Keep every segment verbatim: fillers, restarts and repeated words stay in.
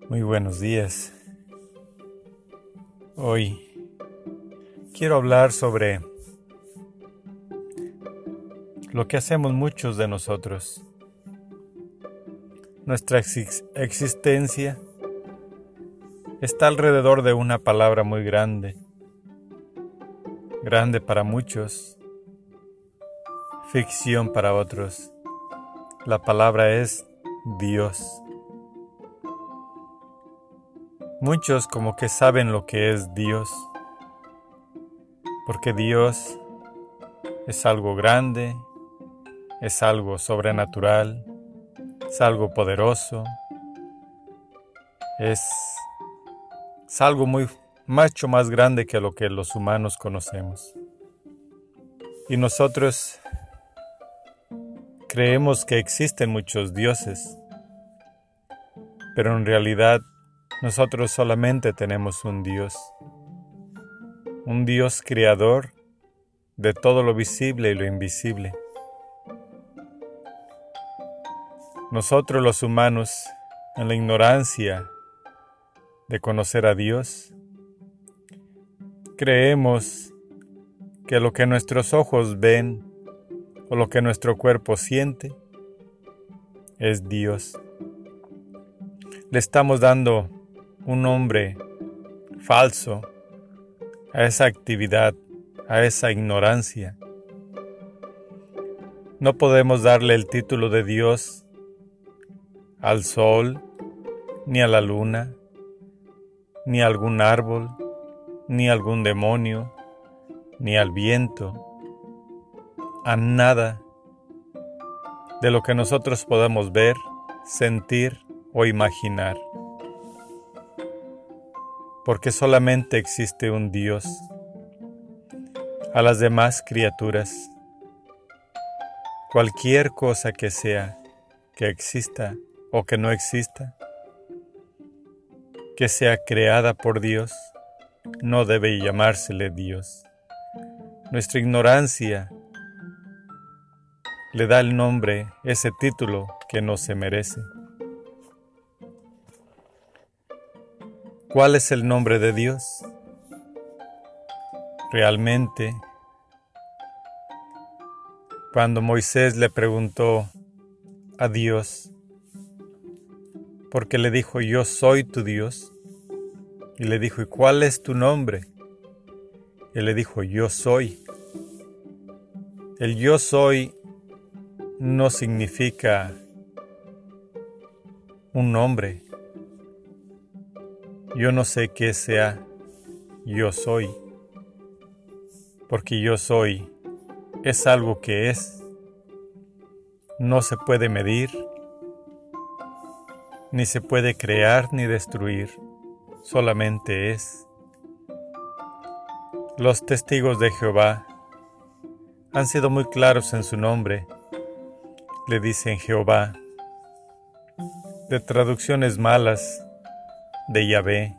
Muy buenos días. Hoy quiero hablar sobre lo que hacemos muchos de nosotros. Nuestra ex- existencia está alrededor de una palabra muy grande, grande para muchos, ficción para otros. La palabra es Dios. Muchos como que saben lo que es Dios, porque Dios es algo grande, es algo sobrenatural, es algo poderoso, es, es algo muy, mucho más grande que lo que los humanos conocemos. Y nosotros creemos que existen muchos dioses, pero en realidad nosotros solamente tenemos un Dios, un Dios creador de todo lo visible y lo invisible. Nosotros los humanos, en la ignorancia de conocer a Dios, creemos que lo que nuestros ojos ven o lo que nuestro cuerpo siente es Dios. Le estamos dando un nombre falso a esa actividad, a esa ignorancia. No podemos darle el título de Dios al sol, ni a la luna, ni a algún árbol, ni a algún demonio, ni al viento, a nada de lo que nosotros podamos ver, sentir o imaginar. Porque solamente existe un Dios. A las demás criaturas, cualquier cosa que sea, que exista o que no exista, que sea creada por Dios, no debe llamársele Dios. Nuestra ignorancia le da el nombre, ese título que no se merece. ¿Cuál es el nombre de Dios? Realmente, cuando Moisés le preguntó a Dios, porque le dijo, yo soy tu Dios, y le dijo, ¿y cuál es tu nombre? Y él le dijo, yo soy. El yo soy no significa un nombre. Yo no sé qué sea yo soy, porque yo soy es algo que es. No se puede medir, ni se puede crear ni destruir, solamente es. Los testigos de Jehová han sido muy claros en su nombre. Le dicen Jehová, de traducciones malas de Yahvé.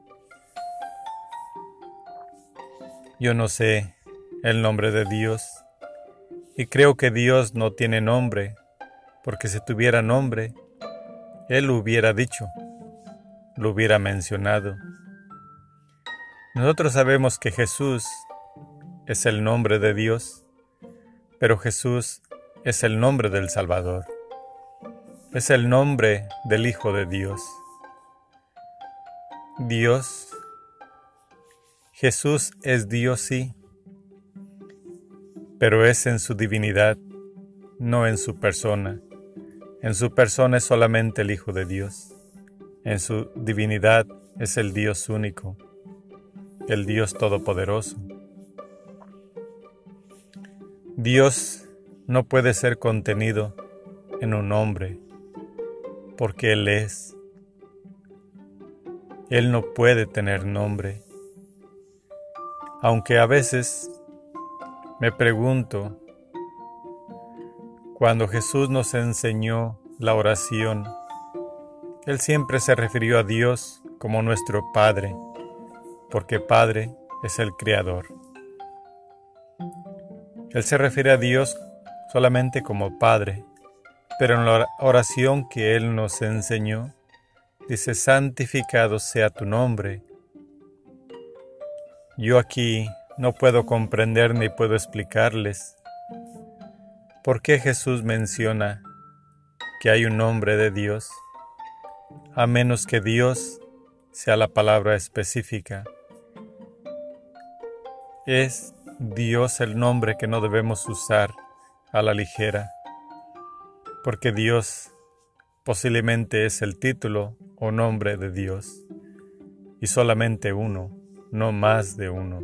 Yo no sé el nombre de Dios y creo que Dios no tiene nombre, porque si tuviera nombre, Él lo hubiera dicho, lo hubiera mencionado. Nosotros sabemos que Jesús es el nombre de Dios, pero Jesús es el nombre del Salvador, es el nombre del Hijo de Dios. Dios, Jesús es Dios, sí, pero es en su divinidad, no en su persona. En su persona es solamente el Hijo de Dios. En su divinidad es el Dios único, el Dios todopoderoso. Dios no puede ser contenido en un nombre, porque Él es. Él no puede tener nombre. Aunque a veces me pregunto, cuando Jesús nos enseñó la oración, Él siempre se refirió a Dios como nuestro Padre, porque Padre es el Creador. Él se refiere a Dios solamente como Padre, pero en la oración que Él nos enseñó, dice, santificado sea tu nombre. Yo aquí no puedo comprender ni puedo explicarles por qué Jesús menciona que hay un nombre de Dios, a menos que Dios sea la palabra específica. Es Dios el nombre que no debemos usar a la ligera, porque Dios posiblemente es el título o nombre de Dios, y solamente uno, no más de uno,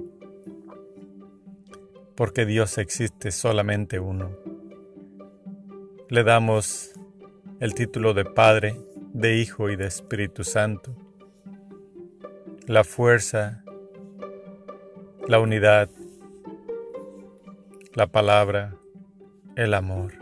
porque Dios existe solamente uno. Le damos el título de Padre, de Hijo y de Espíritu Santo, la fuerza, la unidad, la palabra, el amor.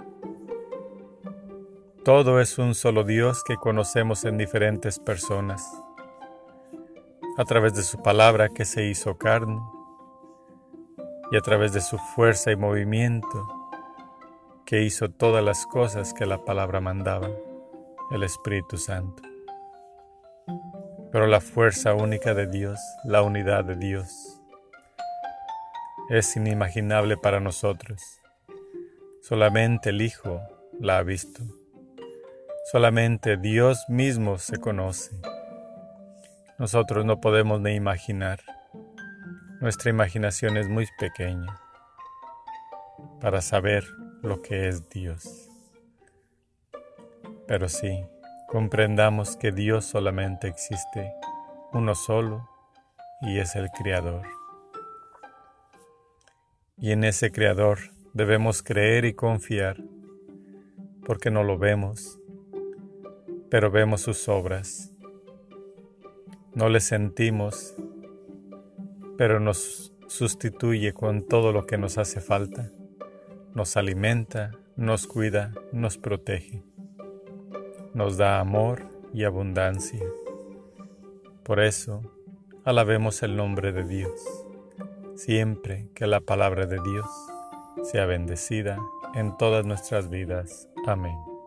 Todo es un solo Dios que conocemos en diferentes personas, a través de su palabra que se hizo carne y a través de su fuerza y movimiento que hizo todas las cosas que la palabra mandaba, el Espíritu Santo. Pero la fuerza única de Dios, la unidad de Dios, es inimaginable para nosotros. Solamente el Hijo la ha visto. Solamente Dios mismo se conoce. Nosotros no podemos ni imaginar. Nuestra imaginación es muy pequeña para saber lo que es Dios. Pero sí, comprendamos que Dios solamente existe, uno solo, y es el Creador. Y en ese Creador debemos creer y confiar, porque no lo vemos, pero vemos sus obras. No le sentimos, pero nos sustituye con todo lo que nos hace falta. Nos alimenta, nos cuida, nos protege. Nos da amor y abundancia. Por eso, alabemos el nombre de Dios, siempre que la palabra de Dios sea bendecida en todas nuestras vidas. Amén.